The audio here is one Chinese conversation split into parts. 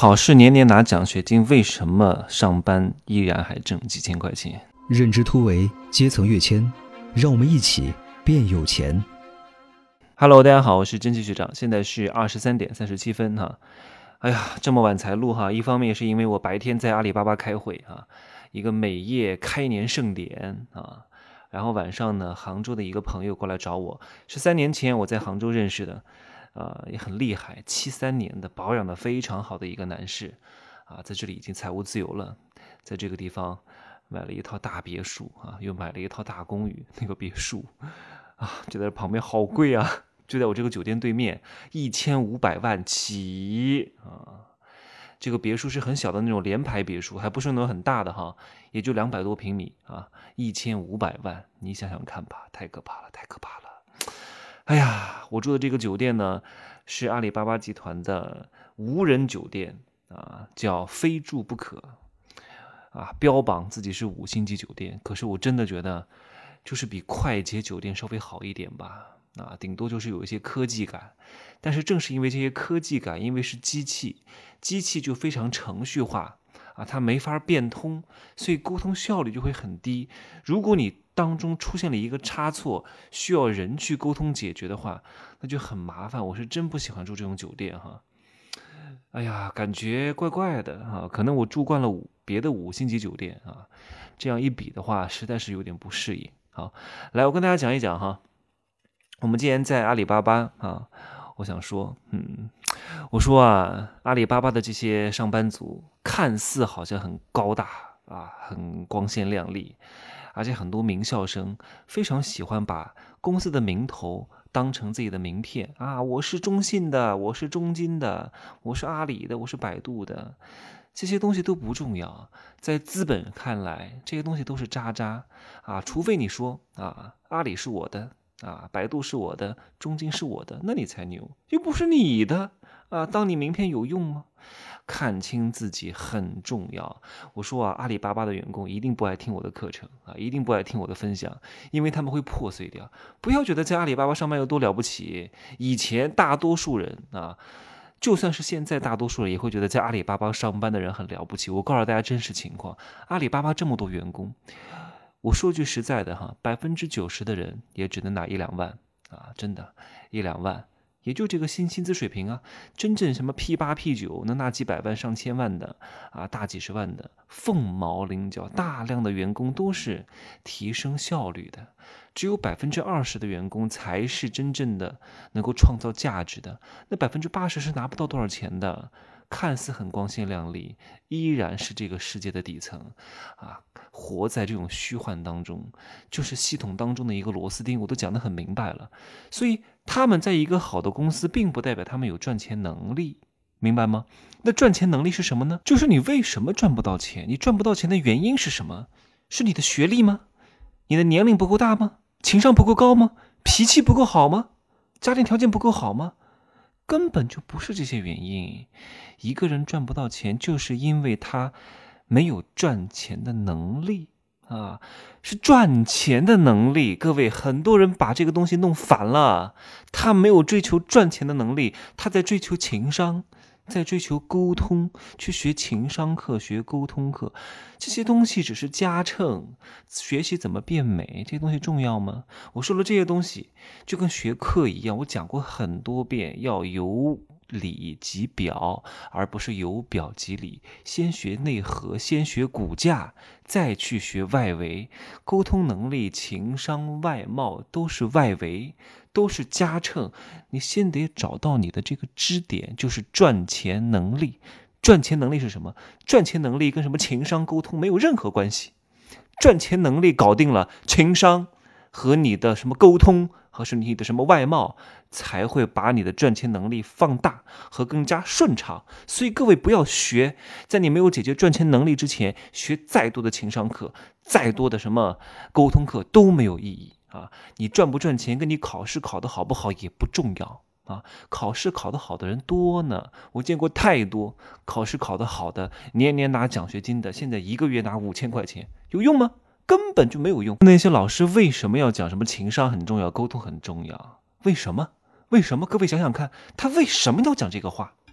考试年年拿奖学金，为什么上班依然还挣几千块钱？ 认知突围，阶层跃迁，让我们一起变有钱。 Hello， 大家好，我是真奇学长，现在是23点37分哈。哎呀，这么晚才录哈，一方面是因为我白天在阿里巴巴开会哈，一个美业开年盛典啊，然后晚上呢，杭州的一个朋友过来找我，是3年前我在杭州认识的，也很厉害，73年的，保养的非常好的一个男士啊，在这里已经财务自由了，在这个地方买了一套大别墅啊，又买了一套大公寓，那个别墅啊，就在旁边好贵啊，就在我这个酒店对面，1500万起啊。这个别墅是很小的那种联排别墅，还不是那种很大的哈，也就200多平米啊，1500万，你想想看吧，太可怕了，太可怕了。哎呀，我住的这个酒店呢，是阿里巴巴集团的无人酒店啊，叫非住不可啊，标榜自己是5星级酒店，可是我真的觉得，就是比快捷酒店稍微好一点吧。啊，顶多就是有一些科技感，但是正是因为这些科技感，因为是机器就非常程序化啊，它没法变通，所以沟通效率就会很低。如果你当中出现了一个差错，需要人去沟通解决的话，那就很麻烦。我是真不喜欢住这种酒店哈。哎呀，感觉怪怪的哈，可能我住惯了别的5星级酒店啊，这样一比的话，实在是有点不适应。好，来，我跟大家讲一讲哈。我们今天在阿里巴巴啊，我想说，我说啊，阿里巴巴的这些上班族看似好像很高大啊，很光鲜亮丽，而且很多名校生非常喜欢把公司的名头当成自己的名片啊，我是中信的，我是中金的，我是阿里的，我是百度的，这些东西都不重要，在资本看来，这些东西都是渣渣啊，除非你说啊，阿里是我的。啊，百度是我的，中金是我的，那你才牛，又不是你的啊！当你名片有用吗？看清自己很重要。我说啊，阿里巴巴的员工一定不爱听我的课程啊，一定不爱听我的分享，因为他们会破碎掉。不要觉得在阿里巴巴上班有多了不起，以前大多数人啊，就算是现在大多数人也会觉得在阿里巴巴上班的人很了不起。我告诉大家真实情况，阿里巴巴这么多员工。我说句实在的哈，90%的人也只能拿1-2万啊，真的，1-2万，也就这个薪资水平啊。真正什么 P8、P9 能拿几百万、上千万的啊，大几十万的，凤毛麟角。大量的员工都是提升效率的，只有20%的员工才是真正的能够创造价值的。那80%是拿不到多少钱的。看似很光鲜亮丽，依然是这个世界的底层啊，活在这种虚幻当中，就是系统当中的一个螺丝钉。我都讲得很明白了，所以他们在一个好的公司，并不代表他们有赚钱能力，明白吗？那赚钱能力是什么呢？就是你为什么赚不到钱？你赚不到钱的原因是什么？是你的学历吗？你的年龄不够大吗？情商不够高吗？脾气不够好吗？家庭条件不够好吗？根本就不是这些原因。一个人赚不到钱，就是因为他没有赚钱的能力啊，是赚钱的能力。各位，很多人把这个东西弄反了，他没有追求赚钱的能力，他在追求情商，在追求沟通，去学情商课，学沟通课，这些东西只是加乘。学习怎么变美，这些东西重要吗？我说了，这些东西就跟学课一样，我讲过很多遍，要由里及表，而不是由表及里。先学内核，先学骨架，再去学外围。沟通能力、情商、外貌都是外围，都是加乘。你先得找到你的这个支点，就是赚钱能力。赚钱能力是什么？赚钱能力跟什么情商、沟通没有任何关系。赚钱能力搞定了，情商和你的什么沟通和是你的什么外貌，才会把你的赚钱能力放大和更加顺畅。所以各位不要学，在你没有解决赚钱能力之前，学再多的情商课，再多的什么沟通课都没有意义啊！你赚不赚钱跟你考试考得好不好也不重要啊！考试考得好的人多呢，我见过太多考试考得好的，年年拿奖学金的，现在1个月拿5000块钱，有用吗？根本就没有用。那些老师为什么要讲什么情商很重要，沟通很重要？为什么？为什么？各位想想看，他为什么要讲这个话？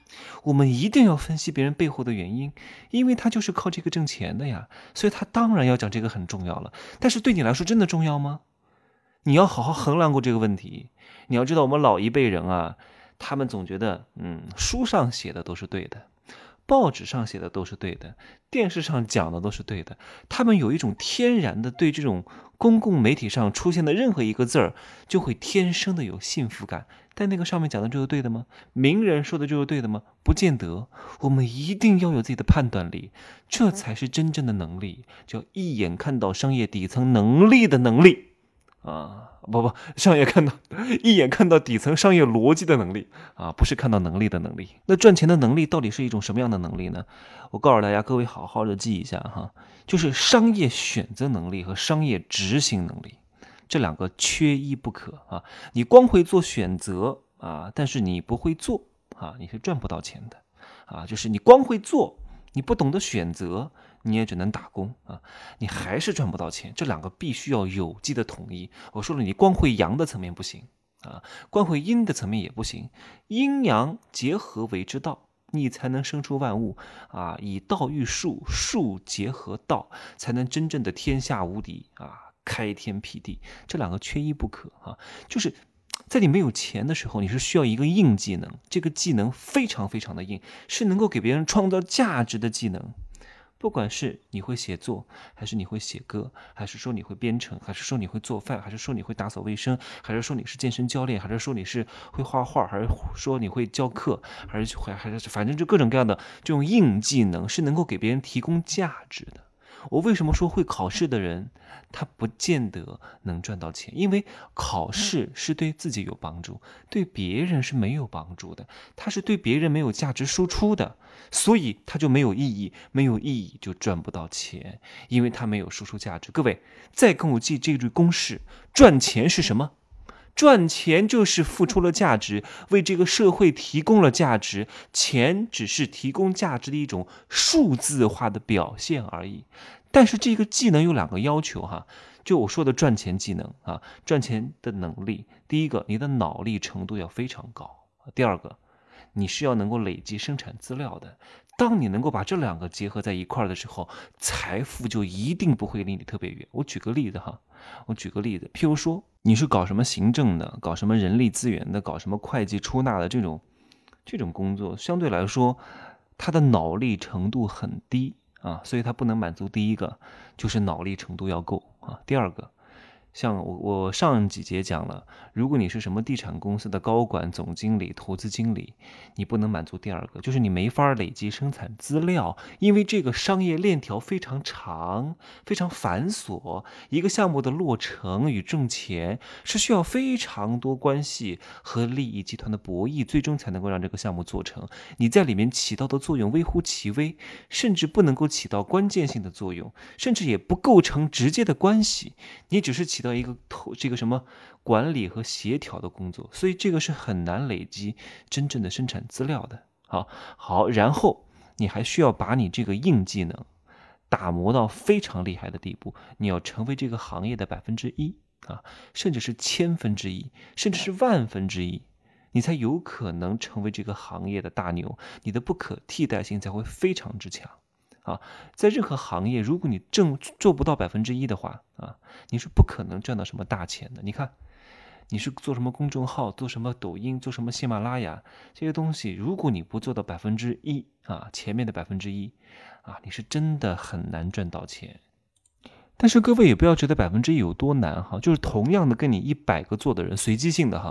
我们一定要分析别人背后的原因，因为他就是靠这个挣钱的呀，所以他当然要讲这个很重要了。但是对你来说真的重要吗？你要好好衡量过这个问题。你要知道我们老一辈人啊，他们总觉得书上写的都是对的，报纸上写的都是对的，电视上讲的都是对的，他们有一种天然的对这种公共媒体上出现的任何一个字儿就会天生的有幸福感。但那个上面讲的就是对的吗？名人说的就是对的吗？不见得。我们一定要有自己的判断力，这才是真正的能力，叫一眼看到商业底层能力的能力啊！一眼看到底层商业逻辑的能力啊，不是看到能力的能力。那赚钱的能力到底是一种什么样的能力呢？我告诉大家，各位好好的记一下哈，就是商业选择能力和商业执行能力，这两个缺一不可啊！你光会做选择啊，但是你不会做啊，你是赚不到钱的啊！就是你光会做，你不懂得选择，你也只能打工啊，你还是赚不到钱。这两个必须要有机的统一。我说了，你光会阳的层面不行啊，光会阴的层面也不行，阴阳结合为之道。你才能生出万物啊！以道育术，术结合道，才能真正的天下无敌啊！开天辟地，这两个缺一不可啊！就是在你没有钱的时候，你是需要一个硬技能，这个技能非常非常的硬，是能够给别人创造价值的技能。不管是你会写作，还是你会写歌，还是说你会编程，还是说你会做饭，还是说你会打扫卫生，还是说你是健身教练，还是说你是会画画，还是说你会教课，还是反正就各种各样的这种硬技能是能够给别人提供价值的。我为什么说会考试的人他不见得能赚到钱？因为考试是对自己有帮助，对别人是没有帮助的，他是对别人没有价值输出的，所以他就没有意义，没有意义就赚不到钱，因为他没有输出价值。各位再跟我记这句公式，赚钱是什么？赚钱就是付出了价值，为这个社会提供了价值，钱只是提供价值的一种数字化的表现而已。但是这个技能有两个要求哈，就我说的赚钱技能啊，赚钱的能力，第一个，你的脑力程度要非常高；第二个，你是要能够累积生产资料的。当你能够把这两个结合在一块的时候，财富就一定不会离你特别远。我举个例子哈，譬如说你是搞什么行政的，搞什么人力资源的，搞什么会计出纳的这种工作，相对来说，他的脑力程度很低啊，所以他不能满足第一个，就是脑力程度要够啊。第二个，像我上几节讲了，如果你是什么地产公司的高管、总经理、投资经理，你不能满足第二个，就是你没法累积生产资料，因为这个商业链条非常长、非常繁琐，一个项目的落成与挣钱是需要非常多关系和利益集团的博弈，最终才能够让这个项目做成。你在里面起到的作用微乎其微，甚至不能够起到关键性的作用，甚至也不构成直接的关系，你只是起到一个这个什么管理和协调的工作，所以这个是很难累积真正的生产资料的。好，然后你还需要把你这个硬技能打磨到非常厉害的地步，你要成为这个行业的1%啊，甚至是1/1000，甚至是10000%，你才有可能成为这个行业的大牛，你的不可替代性才会非常之强。在任何行业，如果你做不到1%的话啊，你是不可能赚到什么大钱的。你看，你是做什么公众号，做什么抖音，做什么喜马拉雅这些东西，如果你不做到1%啊，前面的1%啊，你是真的很难赚到钱。但是各位也不要觉得1%有多难哈，就是同样的跟你100个做的人，随机性的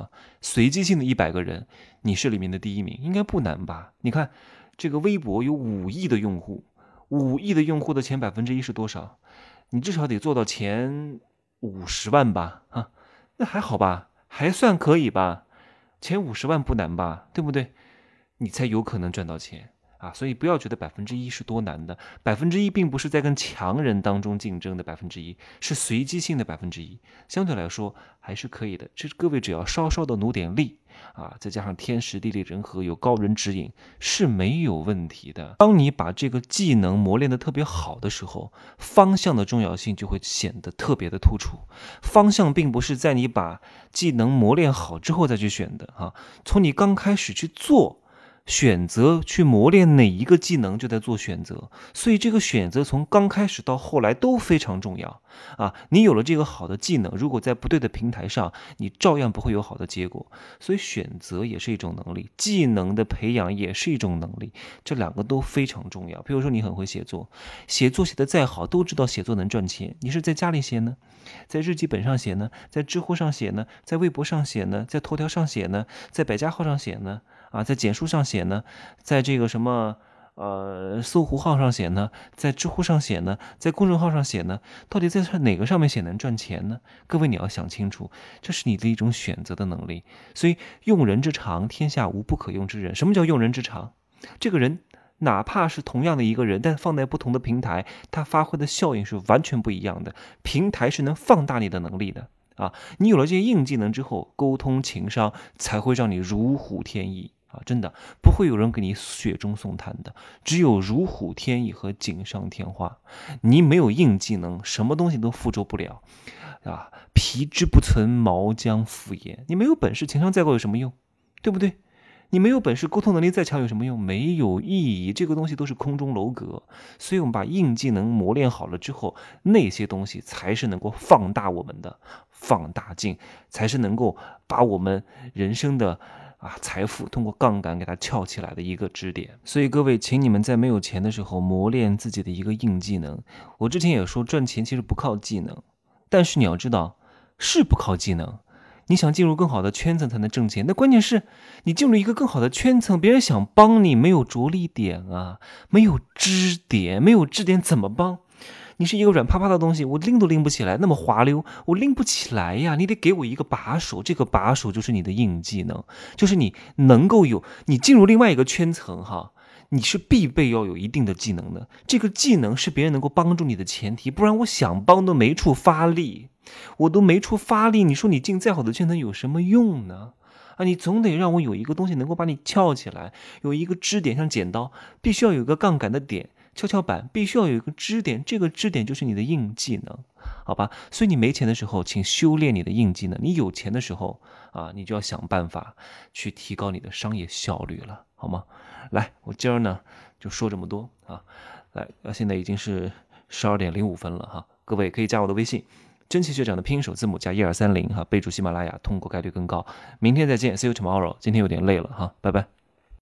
100个人，你是里面的第一名，应该不难吧？你看这个微博有5亿的用户。5亿的用户的前1%是多少？你至少得做到前50万吧？啊，那还好吧，还算可以吧？前50万不难吧？对不对？你才有可能赚到钱啊！所以不要觉得1%是多难的，1%并不是在跟强人当中竞争的1%，是随机性的1%，相对来说还是可以的。这各位只要稍稍的努点力啊，再加上天时地利人和，有高人指引是没有问题的。当你把这个技能磨练的特别好的时候，方向的重要性就会显得特别的突出。方向并不是在你把技能磨练好之后再去选的啊，从你刚开始去做选择去磨练哪一个技能，就在做选择。所以这个选择从刚开始到后来都非常重要啊！你有了这个好的技能，如果在不对的平台上，你照样不会有好的结果。所以选择也是一种能力，技能的培养也是一种能力，这两个都非常重要。比如说你很会写作，写作写得再好，都知道写作能赚钱，你是在家里写呢，在日记本上写呢，在知乎上写呢，在微博上写呢，在头条上写呢，在百家号上写呢，在简书上写呢，在这个什么搜狐号上写呢，在知乎上写呢，在公众号上写呢，到底在哪个上面写能赚钱呢？各位你要想清楚，这是你的一种选择的能力。所以用人之长，天下无不可用之人。什么叫用人之长？这个人哪怕是同样的一个人，但放在不同的平台，他发挥的效应是完全不一样的。平台是能放大你的能力的啊！你有了这些硬技能之后，沟通情商才会让你如虎添翼啊！真的不会有人给你雪中送炭的，只有如虎添翼和锦上添花。你没有硬技能，什么东西都附着不了啊！皮之不存，毛将复焉。你没有本事，情商再高有什么用？对不对？你没有本事，沟通能力再强有什么用？没有意义，这个东西都是空中楼阁。所以我们把硬技能磨练好了之后，那些东西才是能够放大我们的放大镜，才是能够把我们人生的财富通过杠杆给它撬起来的一个支点。所以各位，请你们在没有钱的时候磨练自己的一个硬技能。我之前也说，赚钱其实不靠技能，但是你要知道，是不靠技能。你想进入更好的圈层才能挣钱，那关键是你进入一个更好的圈层，别人想帮你没有着力点啊，没有支点，没有支点怎么帮？你是一个软趴趴的东西，我拎都拎不起来，那么滑溜，我拎不起来呀！你得给我一个把手，这个把手就是你的硬技能，就是你能够有，你进入另外一个圈层哈，你是必备要有一定的技能的，这个技能是别人能够帮助你的前提，不然我想帮都没处发力。我都没处发力，你说你进再好的圈层有什么用呢？你总得让我有一个东西能够把你撬起来，有一个支点，像剪刀，必须要有一个杠杆的点，跷跷板必须要有一个支点，这个支点就是你的硬技能，好吧？所以你没钱的时候，请修炼你的硬技能；你有钱的时候你就要想办法去提高你的商业效率了，好吗？来，我今儿呢就说这么多来，现在已经是12:05了各位可以加我的微信。真奇学长的拼音首字母加1230备注喜马拉雅，通过概率更高。明天再见 ，See you tomorrow。今天有点累了拜拜。